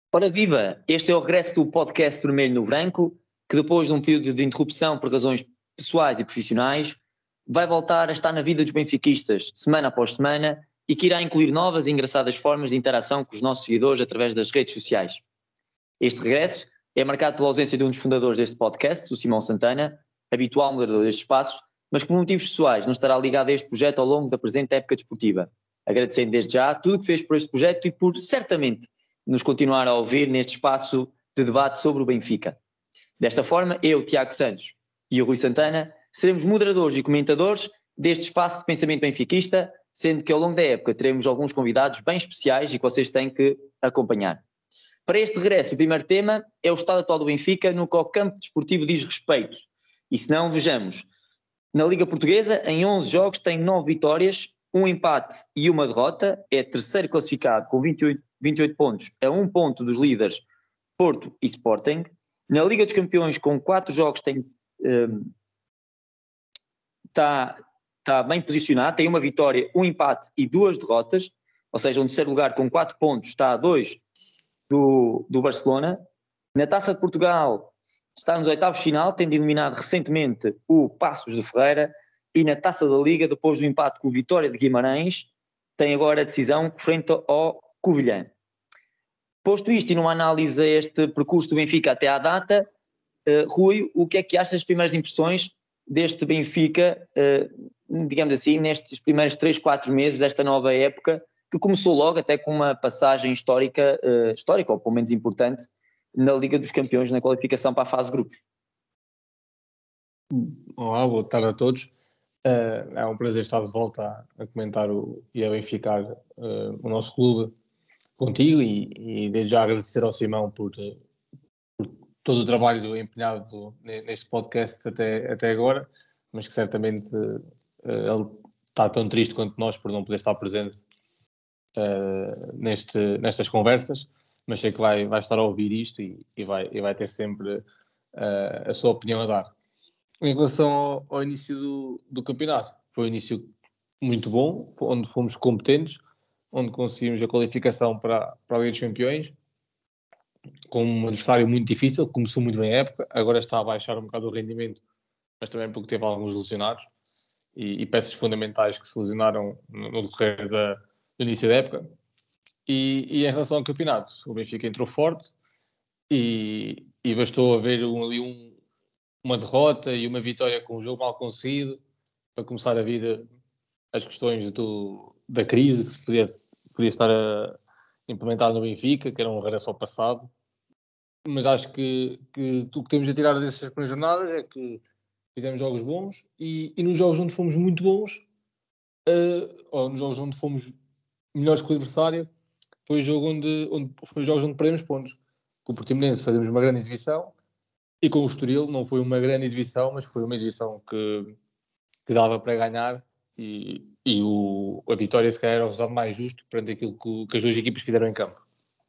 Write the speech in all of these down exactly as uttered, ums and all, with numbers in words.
Ora viva, este é o regresso do podcast Vermelho no Branco, que depois de um período de interrupção por razões pessoais e profissionais, vai voltar a estar na vida dos benfiquistas, semana após semana, e que irá incluir novas e engraçadas formas de interação com os nossos seguidores através das redes sociais. Este regresso é marcado pela ausência de um dos fundadores deste podcast, o Simão Santana, habitual moderador deste espaço, mas que por motivos pessoais não estará ligado a este projeto ao longo da presente época desportiva. Agradecendo desde já tudo o que fez por este projeto e por, certamente, nos continuar a ouvir neste espaço de debate sobre o Benfica. Desta forma, eu, Tiago Santos e o Rui Santana seremos moderadores e comentadores deste espaço de pensamento benfiquista, sendo que ao longo da época teremos alguns convidados bem especiais e que vocês têm que acompanhar. Para este regresso, o primeiro tema é o estado atual do Benfica no que ao campo desportivo diz respeito. E se não, vejamos. Na Liga Portuguesa, em onze jogos, tem nove vitórias, um empate e uma derrota, é terceiro classificado com vinte e oito, vinte e oito pontos, a um ponto dos líderes Porto e Sporting. Na Liga dos Campeões, com quatro jogos, tem, um, está, está bem posicionado, tem uma vitória, um empate e duas derrotas, ou seja, um terceiro lugar com quatro pontos está a dois do, do Barcelona. Na Taça de Portugal está nos oitavos de final, tendo eliminado recentemente o Paços de Ferreira, e na Taça da Liga, depois do empate com o Vitória de Guimarães, tem agora a decisão frente ao Covilhã. Posto isto e numa análise a este percurso do Benfica até à data, uh, Rui, o que é que achas das primeiras impressões deste Benfica, uh, digamos assim, nestes primeiros três, quatro meses desta nova época, que começou logo até com uma passagem histórica, uh, histórica ou pelo menos importante, na Liga dos Campeões, na qualificação para a fase de grupos? Olá, boa tarde a todos. Uh, é um prazer estar de volta a, a comentar o, e a benficar uh, o nosso clube contigo e, e desde já agradecer ao Simão por, por todo o trabalho empenhado neste podcast até, até agora, mas que certamente uh, ele está tão triste quanto nós por não poder estar presente uh, neste, nestas conversas, mas sei que vai, vai estar a ouvir isto e, e, vai, e vai ter sempre uh, a sua opinião a dar. Em relação ao, ao início do, do campeonato, foi um início muito bom, onde fomos competentes, onde conseguimos a qualificação para, para a Liga dos Campeões, com um adversário muito difícil, começou muito bem a época, agora está a baixar um bocado o rendimento, mas também porque teve alguns lesionados e, e peças fundamentais que se lesionaram no, no decorrer da, do início da época. E, e em relação ao campeonato, o Benfica entrou forte e, e bastou haver um, ali um uma derrota e uma vitória com um jogo mal conseguido para começar a vir as questões do, da crise que se podia, podia estar a implementar no Benfica, que era um regresso ao passado. Mas acho que, que o que temos a tirar dessas primeiras jornadas é que fizemos jogos bons e, e nos jogos onde fomos muito bons, uh, ou nos jogos onde fomos melhores que o adversário, foi o jogo onde, onde foi os jogos onde perdemos pontos. Com o Portimonense fazemos uma grande exibição. E com o Estoril não foi uma grande exibição, mas foi uma exibição que, que dava para ganhar e, e o, a vitória se calhar era o resultado mais justo perante aquilo que, que as duas equipas fizeram em campo.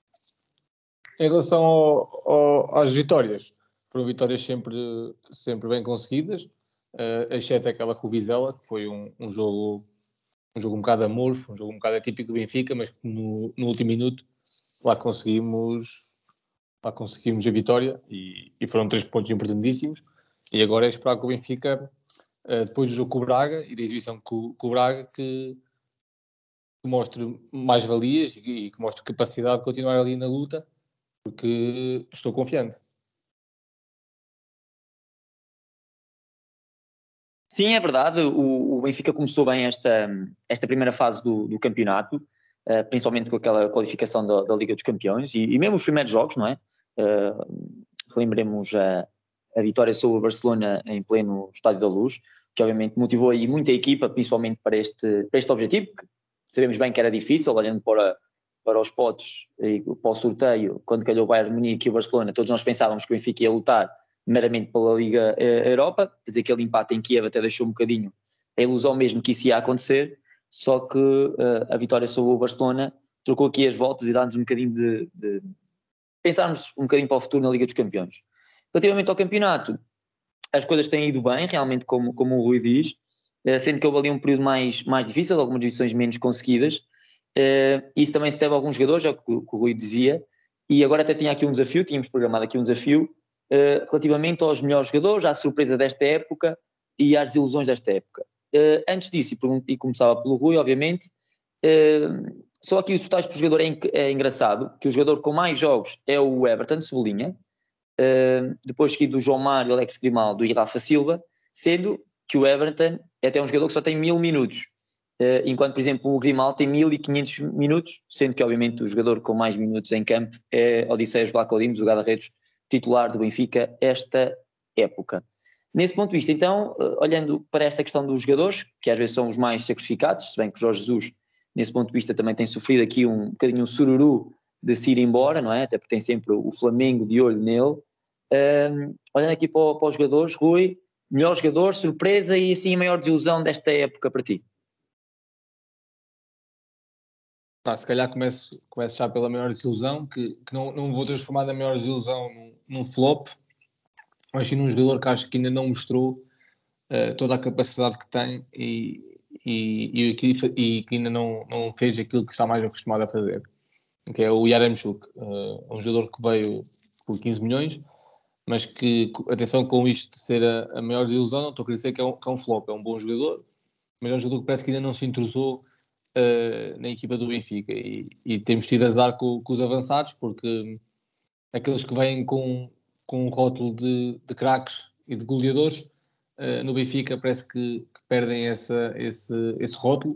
Em relação ao, ao, às vitórias, foram vitórias sempre, sempre bem conseguidas, uh, exceto aquela com o Vizela, que foi um, um, jogo, um jogo um bocado amorfo, um jogo um bocado atípico do Benfica, mas que no, no último minuto lá conseguimos... Lá conseguimos a vitória e, e foram três pontos importantíssimos. E agora é esperar que o Benfica, uh, depois do jogo com o Braga e da exibição com, com o Braga, que, que mostre mais valias e, e que mostre capacidade de continuar ali na luta, porque estou confiante. Sim, é verdade. O, o Benfica começou bem esta, esta primeira fase do, do campeonato, uh, principalmente com aquela qualificação da, da Liga dos Campeões e, e mesmo os primeiros jogos, não é? Uh, lembremos a, a vitória sobre o Barcelona em pleno Estádio da Luz, que obviamente motivou aí muita equipa, principalmente para este, para este objetivo, que sabemos bem que era difícil, olhando para, para os potes e para o sorteio, quando calhou o Bayern Munique e o Barcelona, todos nós pensávamos que o Benfica ia lutar meramente pela Liga Europa, quer dizer, aquele empate em Kiev até deixou um bocadinho a ilusão mesmo que isso ia acontecer, só que uh, a vitória sobre o Barcelona trocou aqui as voltas e dá-nos um bocadinho de... de pensarmos um bocadinho para o futuro na Liga dos Campeões. Relativamente ao campeonato, as coisas têm ido bem, realmente, como, como o Rui diz, sendo que houve ali um período mais, mais difícil, algumas divisões menos conseguidas. Isso também se deve a alguns jogadores, é o que, que o Rui dizia, e agora até tinha aqui um desafio, tínhamos programado aqui um desafio, uh, relativamente aos melhores jogadores, à surpresa desta época e às desilusões desta época. Uh, antes disso, e, e começava pelo Rui, obviamente, uh, só aqui os totais por jogador é, é engraçado, que o jogador com mais jogos é o Everton, Cebolinha, uh, depois aqui do João Mário, Alex Grimaldo e Rafa Silva, sendo que o Everton é até um jogador que só tem mil minutos, uh, enquanto, por exemplo, o Grimaldo tem mil e quinhentos minutos, sendo que, obviamente, o jogador com mais minutos em campo é Odisseias Vlachodimos, o guarda-redes titular do Benfica esta época. Nesse ponto de vista, então, uh, olhando para esta questão dos jogadores, que às vezes são os mais sacrificados, se bem que o Jorge Jesus, nesse ponto de vista, também tem sofrido aqui um bocadinho um sururu de se ir embora, não é? Até porque tem sempre o Flamengo de olho nele. Um, olhando aqui para, para os jogadores, Rui, melhor jogador, surpresa e assim a maior desilusão desta época para ti? Ah, se calhar começo, começo já pela maior desilusão, que, que não, não vou transformar a maior desilusão num, num flop, mas sim num jogador que acho que ainda não mostrou uh, toda a capacidade que tem e, e, e, e que ainda não, não fez aquilo que está mais acostumado a fazer, que é o Yaremchuk, uh, um jogador que veio por quinze milhões, mas que, atenção com isto de ser a, a maior desilusão, não estou a querer dizer que é, um, que é um flop, é um bom jogador, mas é um jogador que parece que ainda não se intrusou uh, na equipa do Benfica e, e temos tido azar com, com os avançados, porque aqueles que vêm com, com um rótulo de, de craques e de goleadores, uh, no Benfica parece que, que perdem essa, esse, esse rótulo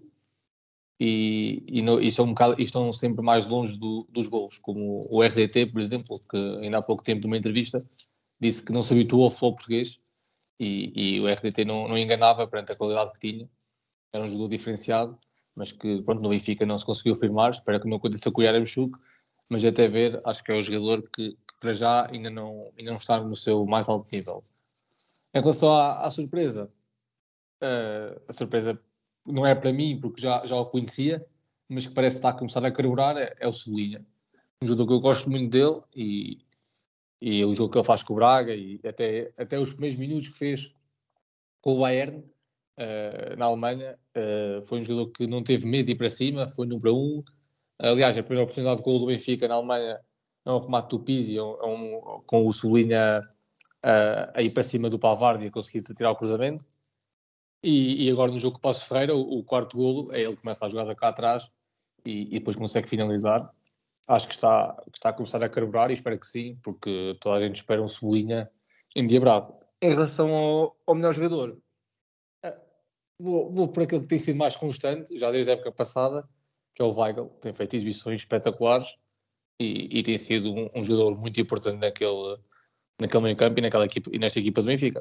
e, e, no, e, são um bocado, e estão sempre mais longe do, dos golos, como o R D T, por exemplo, que ainda há pouco tempo numa entrevista disse que não se habituou ao futebol português e, e o R D T não, não enganava perante a qualidade que tinha, era um jogador diferenciado, mas que pronto, no Benfica não se conseguiu afirmar, espero que não aconteça com o Yaremchuk, mas até ver, acho que é o jogador que, que para já ainda não, ainda não está no seu mais alto nível. Em relação à, à surpresa, uh, a surpresa não é para mim, porque já, já o conhecia, mas que parece estar a começar a carburar, é, é o Cebolinha. Um jogador que eu gosto muito dele e, e o jogo que ele faz com o Braga e até, até os primeiros minutos que fez com o Bayern, uh, na Alemanha, uh, foi um jogador que não teve medo de ir para cima, foi no um para um. Aliás, a primeira oportunidade de gol do Benfica na Alemanha é um remate do Pizzi, é um, é um, com o Cebolinha uh, a ir para cima do Pavard e a conseguir tirar o cruzamento. E, e agora no jogo com o Paços Ferreira, o, o quarto golo, é ele que começa a jogada cá atrás e, e depois consegue finalizar. Acho que está, que está a começar a carburar e espero que sim, porque toda a gente espera um Cebolinha endiabrado. Em relação ao, ao melhor jogador, uh, vou, vou por aquele que tem sido mais constante, já desde a época passada, que é o Weigl, tem feito exibições espetaculares e, e tem sido um, um jogador muito importante naquele, naquele meio campo e, naquela equipa, e nesta equipa do Benfica.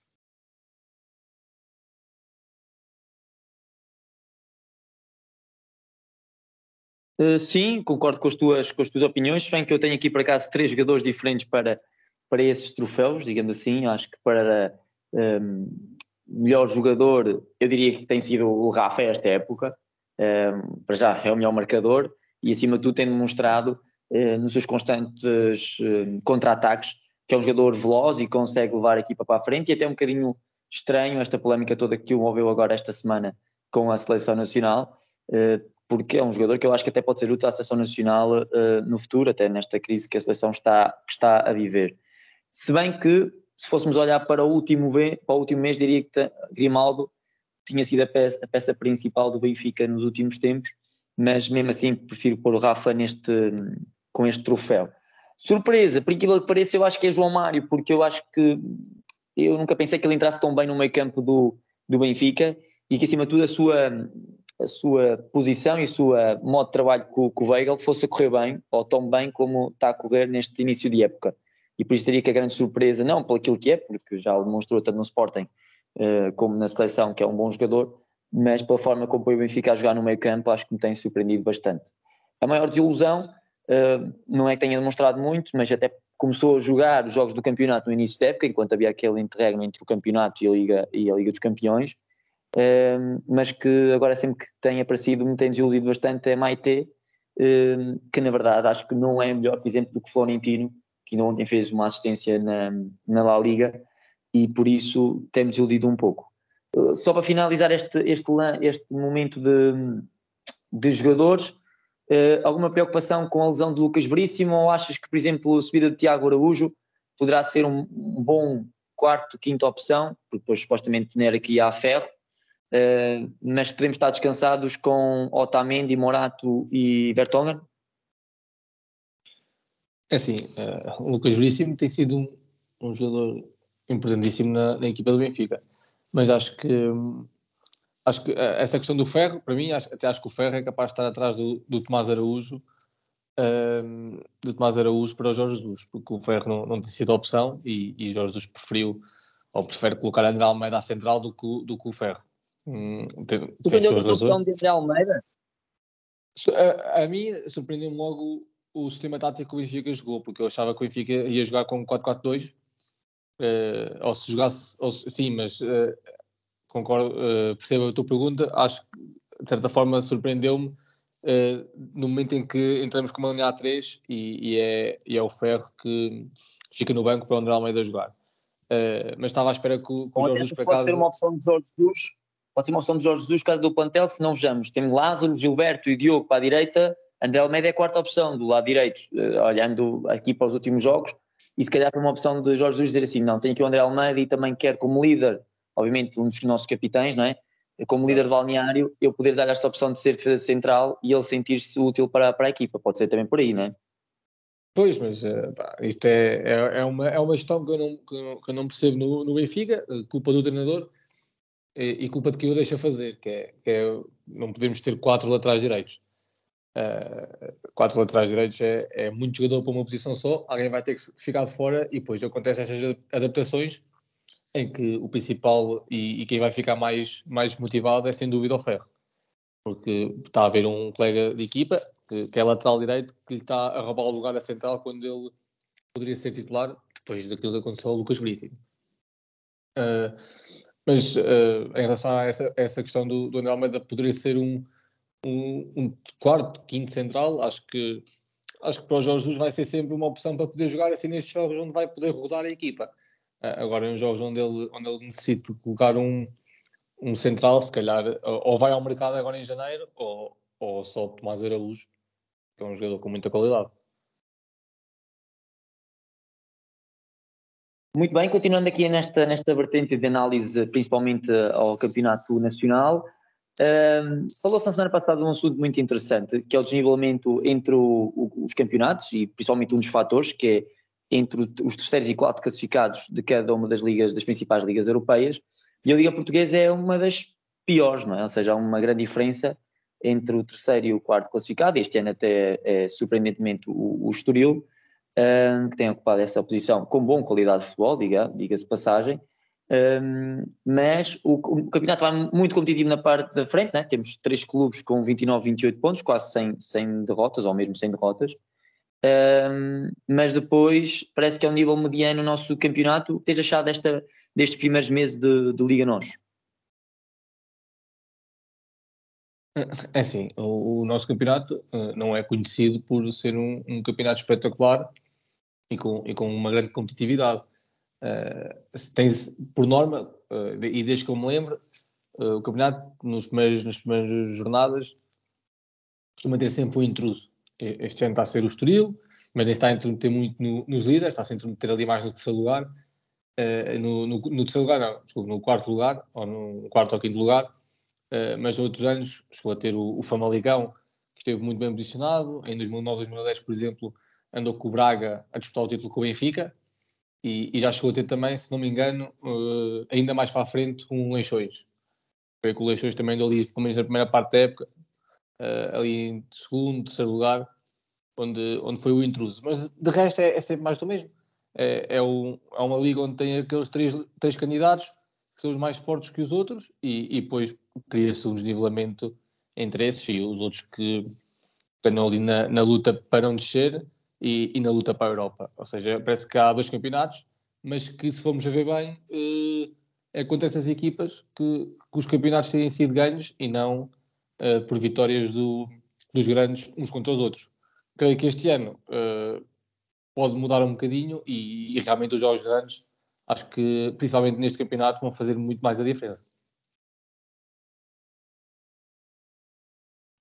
Uh, sim, concordo com as, tuas, com as tuas opiniões, se bem que eu tenho aqui por acaso três jogadores diferentes para, para esses troféus, digamos assim. Acho que para um, melhor jogador eu diria que tem sido o Rafa esta época, um, para já é o melhor marcador e acima de tudo tem demonstrado uh, nos seus constantes uh, contra-ataques que é um jogador veloz e consegue levar a equipa para a frente, e até um bocadinho estranho esta polémica toda que o envolveu agora esta semana com a seleção nacional, uh, porque é um jogador que eu acho que até pode ser útil à seleção nacional uh, no futuro, até nesta crise que a seleção está, que está a viver. Se bem que, se fôssemos olhar para o último, para o último mês, diria que Grimaldo tinha sido a peça, a peça principal do Benfica nos últimos tempos, mas mesmo assim prefiro pôr o Rafa neste, com este troféu. Surpresa, por aquilo que parece, eu acho que é João Mário, porque eu acho que eu nunca pensei que ele entrasse tão bem no meio campo do, do Benfica e que acima de tudo a sua... a sua posição e o seu modo de trabalho com, com o Weigl fosse a correr bem, ou tão bem como está a correr neste início de época. E por isso teria que a grande surpresa, não por aquilo que é, porque já o demonstrou tanto no Sporting uh, como na seleção, que é um bom jogador, mas pela forma como o Benfica a jogar no meio campo, acho que me tem surpreendido bastante. A maior desilusão uh, não é que tenha demonstrado muito, mas até começou a jogar os jogos do campeonato no início da época, enquanto havia aquele interregno entre o campeonato e a Liga, e a Liga dos Campeões. Um, mas que agora sempre que tem aparecido me tem desiludido bastante é Maite, um, que na verdade acho que não é melhor, por exemplo, do que Florentino, que ainda ontem fez uma assistência na, na La Liga e por isso tem-me desiludido um pouco. Uh, só para finalizar este, este, este momento de, de jogadores, Uh, alguma preocupação com a lesão de Lucas Veríssimo, ou achas que, por exemplo, a subida de Tiago Araújo poderá ser um, um bom quarto, quinta opção, porque depois supostamente tener aqui a Ferro, uh, mas podemos estar descansados com Otamendi, Morato e Vertonghen? É assim, uh, o Lucas Veríssimo tem sido um, um jogador importantíssimo na, na equipa do Benfica, mas acho que um, acho que uh, essa questão do Ferro, para mim, acho, até acho que o Ferro é capaz de estar atrás do, do Tomás Araújo, um, do Tomás Araújo para o Jorge Jesus, porque o Ferro não, não tem sido a opção e, e o Jorge Jesus preferiu ou prefere colocar André Almeida à central do que, do que o Ferro. Hum, tem, tem as suas a opção razões. de André Almeida? A, a mim surpreendeu-me logo o sistema tático que o Benfica jogou, porque eu achava que o Benfica ia jogar com quatro quatro dois, uh, ou se jogasse, ou se, sim, mas uh, concordo, uh, percebo a tua pergunta, acho que de certa forma surpreendeu-me uh, no momento em que entramos com uma linha A três e, e, é, e é o Ferro que fica no banco para o André Almeida jogar. Uh, mas estava à espera que, o, que o Jorge Jesus, por pode acaso... ser uma opção de Jorge Jesus, pode ser uma opção de Jorge Jesus, caso do plantel, se não vejamos. Temos Lázaro, Gilberto e Diogo para a direita, André Almeida é a quarta opção do lado direito, uh, olhando aqui para os últimos jogos, e se calhar foi uma opção de Jorge Jesus dizer assim, não, tem aqui o André Almeida e também quer como líder, obviamente um dos nossos capitães, não é? Como líder de balneário, eu poder dar esta opção de ser defesa central e ele sentir-se útil para, para a equipa, pode ser também por aí, não é? Pois, mas uh, pá, isto é, é, é, uma, é uma gestão que eu não, que eu, que eu não percebo no, no Benfica, culpa do treinador e, e culpa de quem o deixa fazer, que é, que é não podemos ter quatro laterais direitos. Uh, quatro laterais direitos é, é muito jogador para uma posição só, alguém vai ter que ficar de fora e depois acontecem estas adaptações em que o principal e, e quem vai ficar mais, mais motivado é sem dúvida o Ferro, porque está a haver um colega de equipa que, que é lateral direito que lhe está a roubar o lugar a central quando ele poderia ser titular depois daquilo que aconteceu ao Lucas Veríssimo. Uh, mas uh, em relação a essa, essa questão do, do André Almeida poderia ser um, um, um quarto, quinto central, acho que acho que para o Jorge Jesus vai ser sempre uma opção para poder jogar assim nestes jogos onde vai poder rodar a equipa. Uh, agora em jogos onde ele, onde ele necessita colocar um, um central, se calhar ou vai ao mercado agora em janeiro ou, ou só Tomás Araújo, que é um jogador com muita qualidade. Muito bem, continuando aqui nesta, nesta vertente de análise, principalmente ao campeonato nacional, um, falou-se na semana passada de um assunto muito interessante, que é o desnivelamento entre o, o, os campeonatos e principalmente um dos fatores, que é entre os terceiros e quatro classificados de cada uma das ligas, das principais ligas europeias, e a Liga Portuguesa é uma das piores, não é? Ou seja, há uma grande diferença entre o terceiro e o quarto classificado, este ano até é surpreendentemente o, o Estoril, um, que tem ocupado essa posição com boa qualidade de futebol, diga, diga-se passagem, um, mas o, o campeonato vai muito competitivo na parte da frente, né? Temos três clubes com vinte e nove, vinte e oito pontos, quase sem, sem derrotas, ou mesmo sem derrotas, um, mas depois parece que é um nível mediano o nosso campeonato. O que tens achado desta, destes primeiros meses de, de Liga Nós? É assim, o, o nosso campeonato uh, não é conhecido por ser um, um campeonato espetacular e com, e com uma grande competitividade. Uh, tem, por norma, uh, e desde que eu me lembro, uh, o campeonato, nos primeiros, nas primeiras jornadas, costuma ter sempre um intruso. Este ano está a ser o Estoril, mas nem está a intermeter muito no, nos líderes, está a se intermeter ali mais no terceiro lugar. Uh, no, no, no terceiro lugar, não, desculpa, no quarto lugar, ou no quarto ou quinto lugar. Uh, mas outros anos chegou a ter o, o Famalicão, que esteve muito bem posicionado. Em dois mil e nove, dois mil e dez, por exemplo, andou com o Braga a disputar o título com o Benfica. E, e já chegou a ter também, se não me engano, uh, ainda mais para a frente, um Leixões. Foi com o Leixões também andou ali, pelo menos na primeira parte da época, uh, ali em segundo, terceiro lugar, onde, onde foi o intruso. Mas de resto é, é sempre mais do mesmo. É, é, o, é uma liga onde tem aqueles três, três candidatos que são os mais fortes que os outros e, e depois cria-se um desnivelamento entre esses e os outros que estão ali na, na luta para não descer e, e na luta para a Europa. Ou seja, parece que há dois campeonatos, mas que se formos a ver bem, eh, é contra essas equipas que, que os campeonatos têm sido ganhos e não eh, por vitórias do, dos grandes uns contra os outros. Creio que este ano eh, pode mudar um bocadinho e, e realmente os jogos grandes, acho que principalmente neste campeonato, vão fazer muito mais a diferença.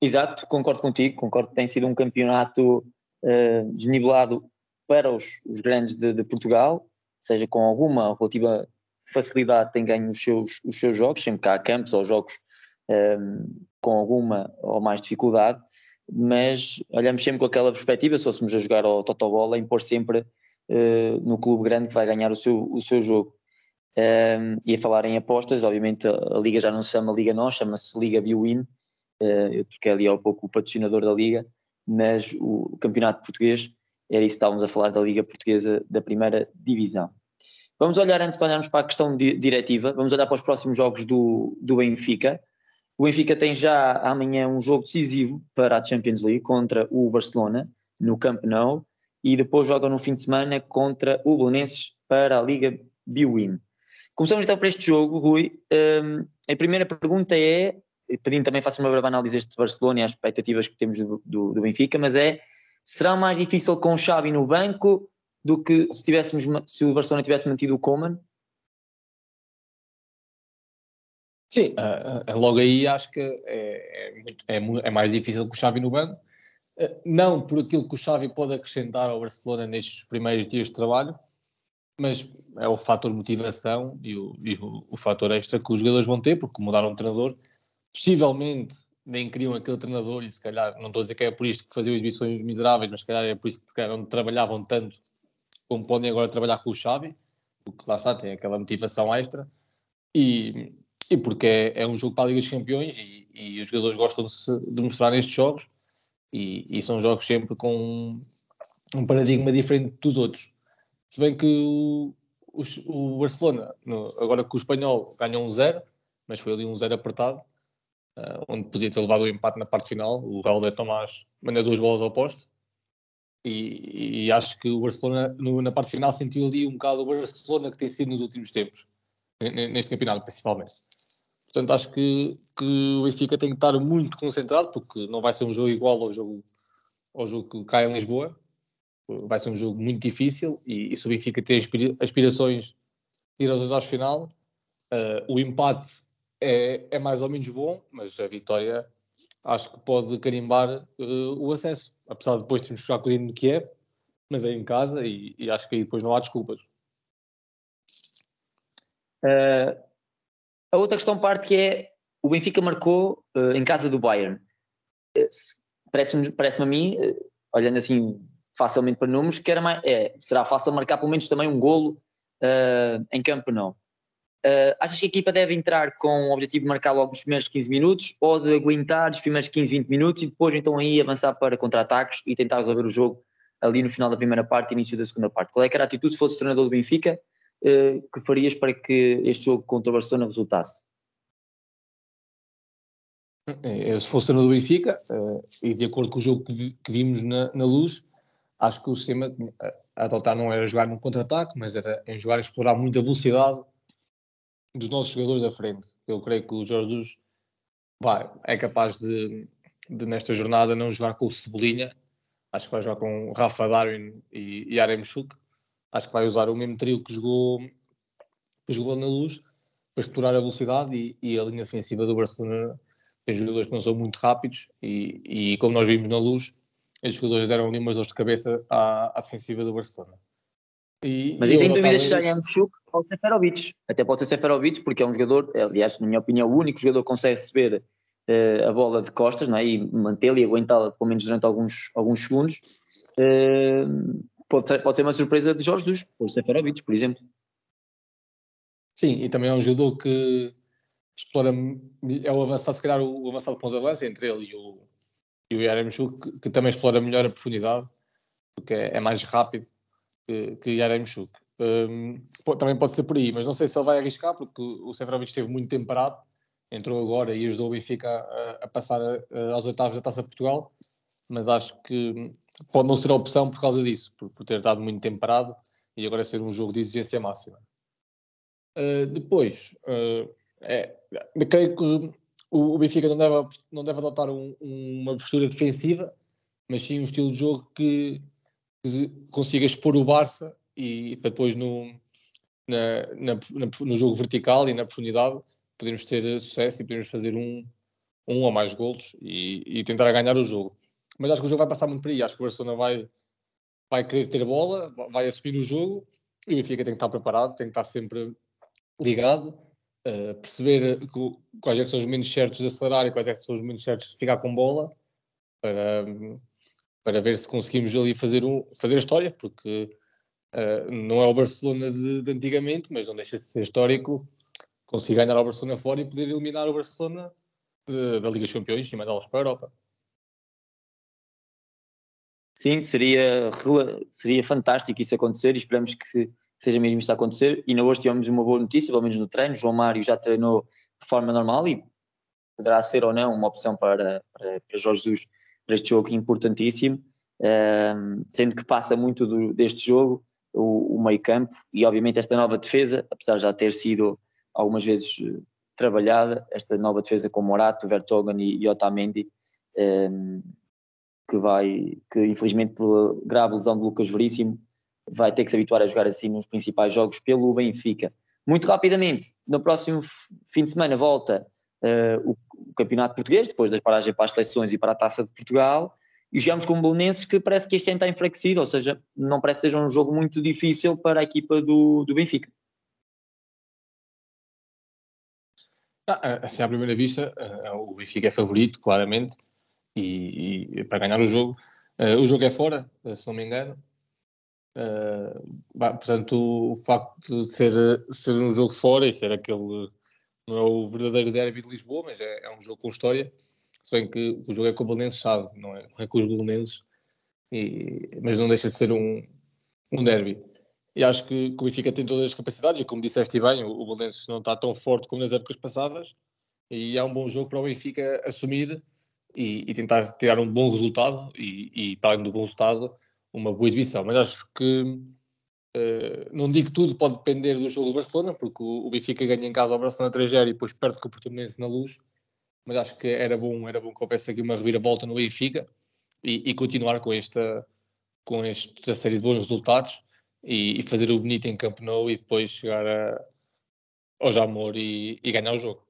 Exato, concordo contigo, concordo que tem sido um campeonato uh, desnivelado para os, os grandes de, de Portugal, seja com alguma relativa facilidade tem ganho os seus, os seus jogos, sempre que há campos ou jogos um, com alguma ou mais dificuldade, mas olhamos sempre com aquela perspectiva, se fôssemos a jogar ao Totobola, em pôr sempre uh, no clube grande que vai ganhar o seu, o seu jogo. Um, e a falar em apostas, obviamente a, a Liga já não se chama Liga Nós, chama-se Liga Bwin, uh, eu troquei ali há pouco o patrocinador da Liga, mas o, o campeonato português, era isso que estávamos a falar da Liga Portuguesa da primeira divisão. Vamos olhar, antes de olharmos para a questão di- diretiva, vamos olhar para os próximos jogos do, do Benfica. O Benfica tem já amanhã um jogo decisivo para a Champions League contra o Barcelona, no Camp Nou, e depois joga no fim de semana contra o Belenenses para a Liga Bwin. Começamos então para este jogo, Rui. Um, a primeira pergunta é, pedindo também faça uma breve análise deste Barcelona e as expectativas que temos do, do, do Benfica, mas é, será mais difícil com o Xavi no banco do que se, tivéssemos, se o Barcelona tivesse mantido o Koeman? Sim, uh, uh, logo aí acho que é, é, muito, é, é mais difícil que o Xavi no banco. Uh, não por aquilo que o Xavi pode acrescentar ao Barcelona nestes primeiros dias de trabalho, mas é o fator motivação e o, e o, o fator extra que os jogadores vão ter, porque mudaram de treinador. Possivelmente nem queriam aquele treinador e se calhar, não estou a dizer que é por isto que faziam exibições miseráveis, mas se calhar é por isso que se calhar, não trabalhavam tanto como podem agora trabalhar com o Xavi, porque lá está, tem aquela motivação extra. E, e porque é, é um jogo para a Liga dos Campeões e, e os jogadores gostam de, se, de mostrar nestes jogos e, e são jogos sempre com um, um paradigma diferente dos outros. Se bem que o, o, o Barcelona, no, agora que o Espanhol ganhou um zero, mas foi ali um zero apertado, uh, onde podia ter levado o empate na parte final, o Raul de Tomás manda duas bolas ao poste, e, e acho que o Barcelona no, na parte final sentiu ali um bocado o Barcelona que tem sido nos últimos tempos, neste campeonato principalmente. Portanto, acho que, que o Benfica tem que estar muito concentrado, porque não vai ser um jogo igual ao jogo, ao jogo que cai em Lisboa. Vai ser um jogo muito difícil e, e se o Benfica tem aspirações de ir aos oitavos de final, uh, o empate é, é mais ou menos bom, mas a vitória acho que pode carimbar uh, o acesso. Apesar de depois termos que jogar com o Dinamo de Kiev, mas é em casa e, e acho que aí depois não há desculpas. Uh, a outra questão parte que é, o Benfica marcou uh, em casa do Bayern. Uh, parece-me, parece-me a mim, uh, olhando assim facilmente para números, que era mais, é, será fácil marcar pelo menos também um golo uh, em campo, não. Uh, achas que a equipa deve entrar com o objetivo de marcar logo nos primeiros quinze minutos ou de aguentar os primeiros quinze, vinte minutos e depois então aí avançar para contra-ataques e tentar resolver o jogo ali no final da primeira parte e início da segunda parte? Qual é que era a atitude se fosse treinador do Benfica uh, que farias para que este jogo contra o Barcelona resultasse? Eu, se fosse treinador do Benfica, uh, e de acordo com o jogo que, vi, que vimos na, na Luz, acho que o sistema a adotar não era jogar num contra-ataque, mas era em jogar e explorar muito a velocidade dos nossos jogadores da frente. Eu creio que o Jorge Jesus vai, é capaz de, de, nesta jornada, não jogar com o Cebolinha. Acho que vai jogar com Rafa Darwin e, e Yaremchuk. Acho que vai usar o mesmo trio que jogou, que jogou na Luz para explorar a velocidade e, e a linha defensiva do Barcelona tem jogadores que não são muito rápidos e, e como nós vimos na Luz, estes jogadores deram ali umas dores de cabeça à, à defensiva do Barcelona. E, Mas e aí eu tem dúvidas adotava se já é esse... Yamoussouk ou Seferovic. Até pode ser Seferovic, porque é um jogador, aliás, na minha opinião, o único jogador que consegue receber uh, a bola de costas, não é? E mantê-la e aguentá-la pelo menos durante alguns, alguns segundos. Uh, pode, ser, pode ser uma surpresa de Jorge Jesus, ou Seferovic, por exemplo. Sim, e também é um jogador que explora, é o avançado, se calhar o avançado ponto de avanço entre ele e o, e o Yaremchuk, que, que também explora melhor a profundidade, porque é, é mais rápido que, que Yaremchuk. Um, também pode ser por aí, mas não sei se ele vai arriscar, porque o Seferovic esteve muito tempo parado, entrou agora e ajudou o Benfica a, a passar a, a, aos oitavos da Taça de Portugal, mas acho que pode não ser a opção por causa disso, por, por ter estado muito tempo parado e agora ser um jogo de exigência máxima. Uh, depois, uh, é, creio que o, o Benfica não deve, não deve adotar um, uma postura defensiva, mas sim um estilo de jogo que, que consiga expor o Barça e para depois no, na, na, na, no jogo vertical e na profundidade podemos ter sucesso e podemos fazer um, um ou mais golos e, e tentar ganhar o jogo. Mas acho que o jogo vai passar muito por aí. Acho que o Barcelona vai, vai querer ter bola, vai assumir o jogo e o Benfica tem que estar preparado, tem que estar sempre ligado, uh, perceber que, quais é que são os momentos certos de acelerar e quais é que são os momentos certos de ficar com bola para, para ver se conseguimos ali fazer, um, fazer a história, porque uh, não é o Barcelona de, de antigamente, mas não deixa de ser histórico conseguir ganhar ao Barcelona fora e poder eliminar o Barcelona uh, da Liga dos Campeões e mandá-los para a Europa. Sim, seria, seria fantástico isso acontecer e esperamos que seja mesmo isso a acontecer. E hoje tivemos uma boa notícia, pelo menos no treino. João Mário já treinou de forma normal e poderá ser ou não uma opção para, para, para Jorge Jesus para este jogo importantíssimo, um, sendo que passa muito do, deste jogo o, o meio campo e obviamente esta nova defesa, apesar de já ter sido algumas vezes trabalhada, esta nova defesa com Morato, Vertonghen e, e Otamendi, um, que vai, que infelizmente por grave lesão de Lucas Veríssimo vai ter que se habituar a jogar assim nos principais jogos pelo Benfica. Muito rapidamente, no próximo fim de semana volta uh, o, o Campeonato Português, depois das paragens para as seleções e para a Taça de Portugal, e jogamos com o Belenenses, que parece que este ano está enfraquecido, ou seja, não parece que seja um jogo muito difícil para a equipa do, do Benfica. Ah, assim, à primeira vista, o Benfica é favorito, claramente, e, e para ganhar o jogo. Uh, o jogo é fora, se não me engano. Uh, bah, portanto, o, o facto de ser, ser um jogo fora e ser aquele, não é o verdadeiro derby de Lisboa, mas é, é um jogo com história, se bem que o jogo é com o Belenenses, sabe, não é, não é com os Belenenses, e, mas não deixa de ser um, um derby. E acho que, que o Benfica tem todas as capacidades, e como disseste bem, o, o Belenenses não está tão forte como nas épocas passadas, e é um bom jogo para o Benfica assumir e, e tentar tirar um bom resultado e, e, para além do bom resultado, uma boa exibição. Mas acho que uh, não digo que tudo pode depender do jogo do Barcelona, porque o, o Benfica ganha em casa ao Barcelona três a zero e depois perde com o Portimonense na Luz, mas acho que era bom, era bom que houvesse aqui uma reviravolta no Benfica e, e continuar com esta, com esta série de bons resultados e, e fazer o bonito em Camp Nou e depois chegar a, ao Jamor e, e ganhar o jogo.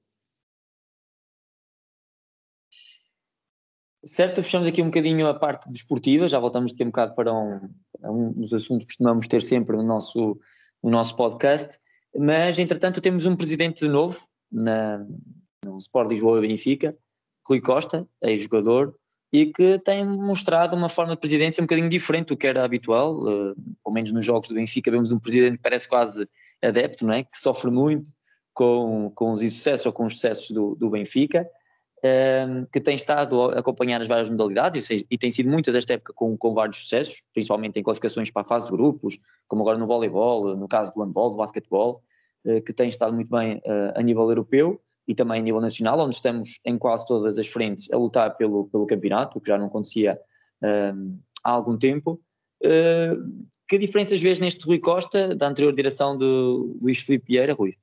Certo, fechamos aqui um bocadinho a parte desportiva, já voltamos aqui um bocado para um, um dos assuntos que costumamos ter sempre no nosso, no nosso podcast, mas entretanto temos um presidente novo na, no Sport Lisboa e Benfica, Rui Costa, ex-jogador, e que tem mostrado uma forma de presidência um bocadinho diferente do que era habitual, uh, pelo menos nos jogos do Benfica vemos um presidente que parece quase adepto, não é? Que sofre muito com, com os insucessos ou com os sucessos do, do Benfica, Um, que tem estado a acompanhar as várias modalidades e, e tem sido muitas desta época com, com vários sucessos, principalmente em qualificações para a fase de grupos, como agora no voleibol, no caso do handball, do basquetebol, uh, que tem estado muito bem uh, a nível europeu e também a nível nacional, onde estamos em quase todas as frentes a lutar pelo, pelo campeonato, o que já não acontecia um, há algum tempo. Uh, que diferenças vês neste Rui Costa, da anterior direção do Luís Filipe Vieira, Rui?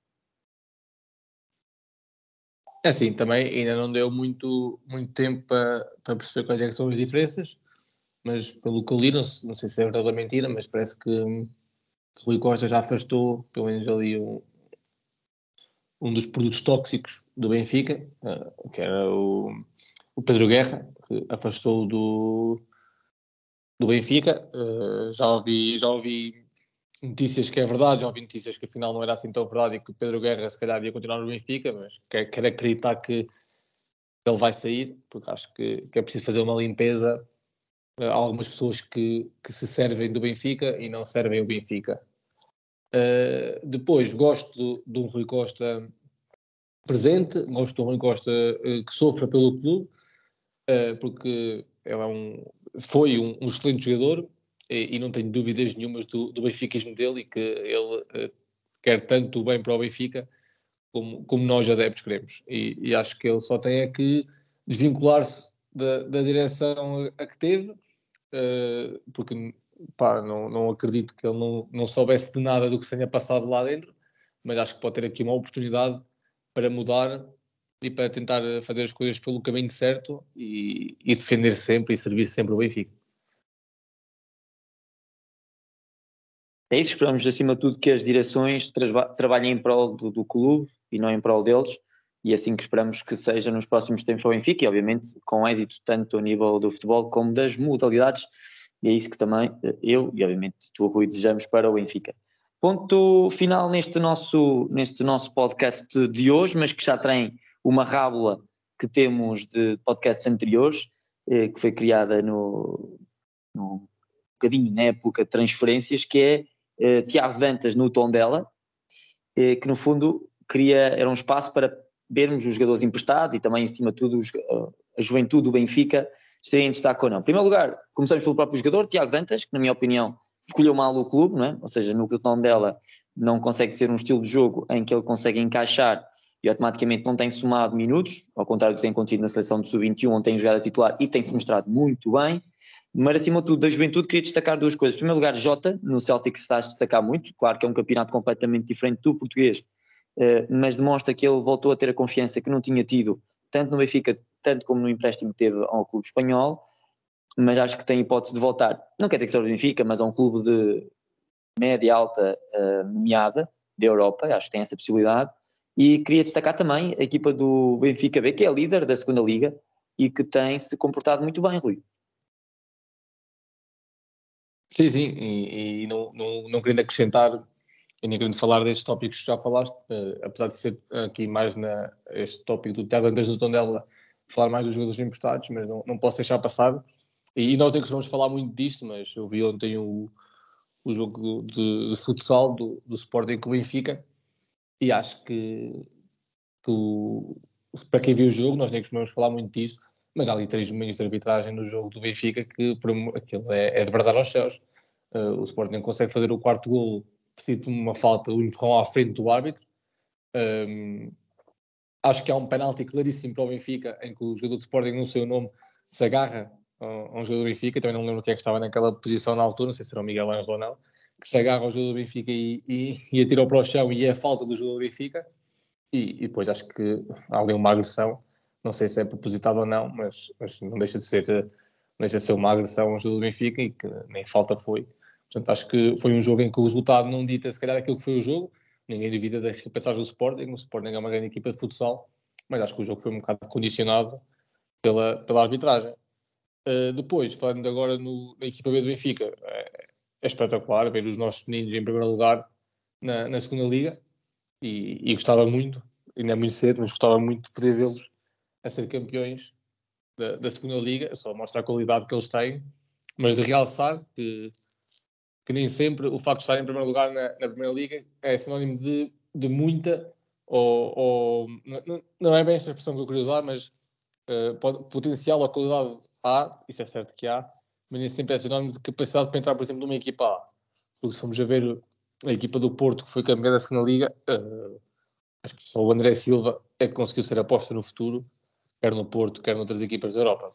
É assim, também ainda não deu muito, muito tempo para, para perceber quais é que são as diferenças, mas pelo que eu li, não, não sei se é verdade ou mentira, mas parece que, que Rui Costa já afastou, pelo menos ali, um, um dos produtos tóxicos do Benfica, uh, que era o, o Pedro Guerra, que afastou do, do Benfica. Uh, já ouvi, já ouvi notícias que é verdade, já ouvi notícias que afinal não era assim tão verdade e que o Pedro Guerra se calhar ia continuar no Benfica, mas quero, quero acreditar que ele vai sair, porque acho que, que é preciso fazer uma limpeza. Há algumas pessoas que, que se servem do Benfica e não servem o Benfica. Uh, depois, gosto do, do Rui Costa presente, gosto do Rui Costa uh, que sofra pelo clube, uh, porque ele é um, foi um, um excelente jogador e, e não tenho dúvidas nenhumas do, do benfiquismo dele e que ele uh, quer tanto o bem para o Benfica como, como nós adeptos queremos. E, e acho que ele só tem é que desvincular-se da, da direção a que teve, uh, porque pá, não, não acredito que ele não, não soubesse de nada do que se tenha passado lá dentro, mas acho que pode ter aqui uma oportunidade para mudar e para tentar fazer as coisas pelo caminho certo e, e defender sempre e servir sempre o Benfica. É isso, esperamos acima de tudo que as direções tra- trabalhem em prol do, do clube e não em prol deles, e assim que esperamos que seja nos próximos tempos para o Benfica, e obviamente com êxito tanto a nível do futebol como das modalidades, e é isso que também eu e obviamente tu, Rui, desejamos para o Benfica. Ponto final neste nosso, neste nosso podcast de hoje, mas que já tem uma rábula que temos de podcasts anteriores, eh, que foi criada no, no um bocadinho na época de transferências, que é eh, Tiago Dantas no Tondela, eh, que no fundo cria, era um espaço para vermos os jogadores emprestados e também, acima de tudo, os, a juventude do Benfica estarem em destaque ou não. Em primeiro lugar, começamos pelo próprio jogador, Tiago Dantas, que na minha opinião escolheu mal o clube, não é? Ou seja, no Tondela não consegue ser um estilo de jogo em que ele consegue encaixar e automaticamente não tem somado minutos, ao contrário do que tem acontecido na seleção do sub vinte e um, onde tem jogado a titular e tem-se mostrado muito bem. Mas acima de tudo, da juventude, queria destacar duas coisas. Em primeiro lugar, Jota, no Celtic se está a destacar muito, claro que é um campeonato completamente diferente do português, mas demonstra que ele voltou a ter a confiança que não tinha tido, tanto no Benfica, tanto como no empréstimo que teve ao clube espanhol, mas acho que tem hipótese de voltar, não quer dizer que seja o Benfica, mas a um clube de média alta uh, nomeada da Europa, acho que tem essa possibilidade. E queria destacar também a equipa do Benfica B, que é a líder da segunda liga e que tem se comportado muito bem, Rui. Sim, sim, e, e não, não, não querendo acrescentar e nem querendo falar destes tópicos que já falaste, uh, apesar de ser aqui mais na, este tópico do Tiago Dantas do Tondela, falar mais dos jogadores emprestados, mas não, não posso deixar passar. E, e nós nem costumamos falar muito disto, mas eu vi ontem o, o jogo de, de futsal do, do Sporting com o Benfica e acho que, que o, para quem viu o jogo, nós nem costumamos falar muito disto, mas há ali três momentos de arbitragem no jogo do Benfica que aquilo é, é de bradar aos céus. Uh, o Sporting não consegue fazer o quarto golo, precisa de uma falta, um empurrão à frente do árbitro. Um, acho que há um penalti claríssimo para o Benfica, em que o jogador de Sporting, não sei o nome, se agarra a, a um jogador do Benfica, também não me lembro quem é que estava naquela posição na altura, não sei se era o Miguel Ângelo ou não, que se agarra ao jogador do Benfica e, e, e atira para o chão e é a falta do jogador do Benfica. E, e depois acho que há ali uma agressão, não sei se é propositado ou não, mas, mas não deixa de ser não deixa de ser uma agressão ao jogador do Benfica e que nem falta foi. Portanto, acho que foi um jogo em que o resultado não dita se calhar aquilo que foi o jogo. Ninguém duvida das capacidades do Sporting, o Sporting é uma grande equipa de futsal, mas acho que o jogo foi um bocado condicionado pela, pela arbitragem. Uh, depois, falando agora no, na equipa B do Benfica, é, é espetacular ver os nossos meninos em primeiro lugar na, na segunda liga e, e gostava muito, ainda é muito cedo, mas gostava muito de poder vê-los a ser campeões da, da segunda liga, só mostra a qualidade que eles têm, mas de realçar que que nem sempre o facto de estar em primeiro lugar na, na Primeira Liga é sinónimo de, de muita, ou, ou não, não é bem esta expressão que eu queria usar, mas uh, pode, potencial ou qualidade há, isso é certo que há, mas nem sempre é sinónimo de capacidade para entrar, por exemplo, numa equipa A. Porque se formos a ver a equipa do Porto, que foi campeã da segunda Liga, uh, acho que só o André Silva é que conseguiu ser aposta no futuro, quer no Porto, quer noutras equipas da Europa.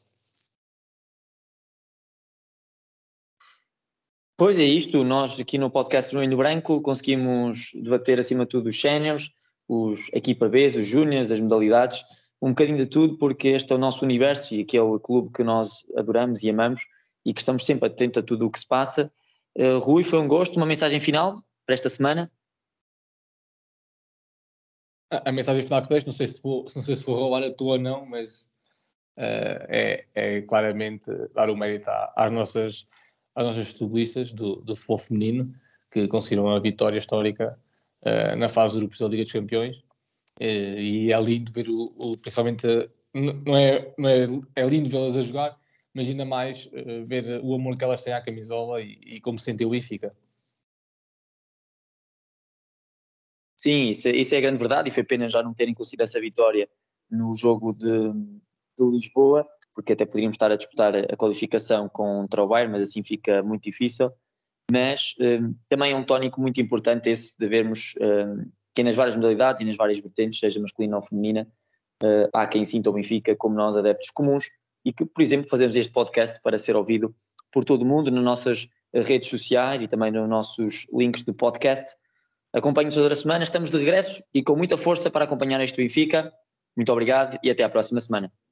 Pois é isto, nós aqui no podcast Vermelho Branco conseguimos debater acima de tudo os séniores, os equipa B, os júniores, as modalidades, um bocadinho de tudo, porque este é o nosso universo e aquele clube que nós adoramos e amamos e que estamos sempre atentos a tudo o que se passa. Uh, Rui, foi um gosto, uma mensagem final para esta semana? A, a mensagem final que deixo, não sei se vou, não sei se vou roubar a tua ou não, mas uh, é, é claramente dar o mérito às nossas às nossas futebolistas do, do futebol feminino, que conseguiram uma vitória histórica uh, na fase de grupos da Liga dos Campeões. Uh, e é lindo ver, o, o principalmente, uh, não é, não é, é lindo vê-las a jogar, mas ainda mais uh, ver o amor que elas têm à camisola e, e como se sentiu o Benfica. Sim, isso, isso é a grande verdade e foi pena já não terem conseguido essa vitória no jogo de, de Lisboa, porque até poderíamos estar a disputar a qualificação contra o Bayern, mas assim fica muito difícil. Mas um, também é um tónico muito importante esse de vermos um, que nas várias modalidades e nas várias vertentes, seja masculina ou feminina, uh, há quem sinta o Benfica como nós, adeptos comuns, e que, por exemplo, fazemos este podcast para ser ouvido por todo o mundo nas nossas redes sociais e também nos nossos links de podcast. Acompanhe-nos toda a semana, estamos de regresso e com muita força para acompanhar este Benfica. Muito obrigado e até à próxima semana.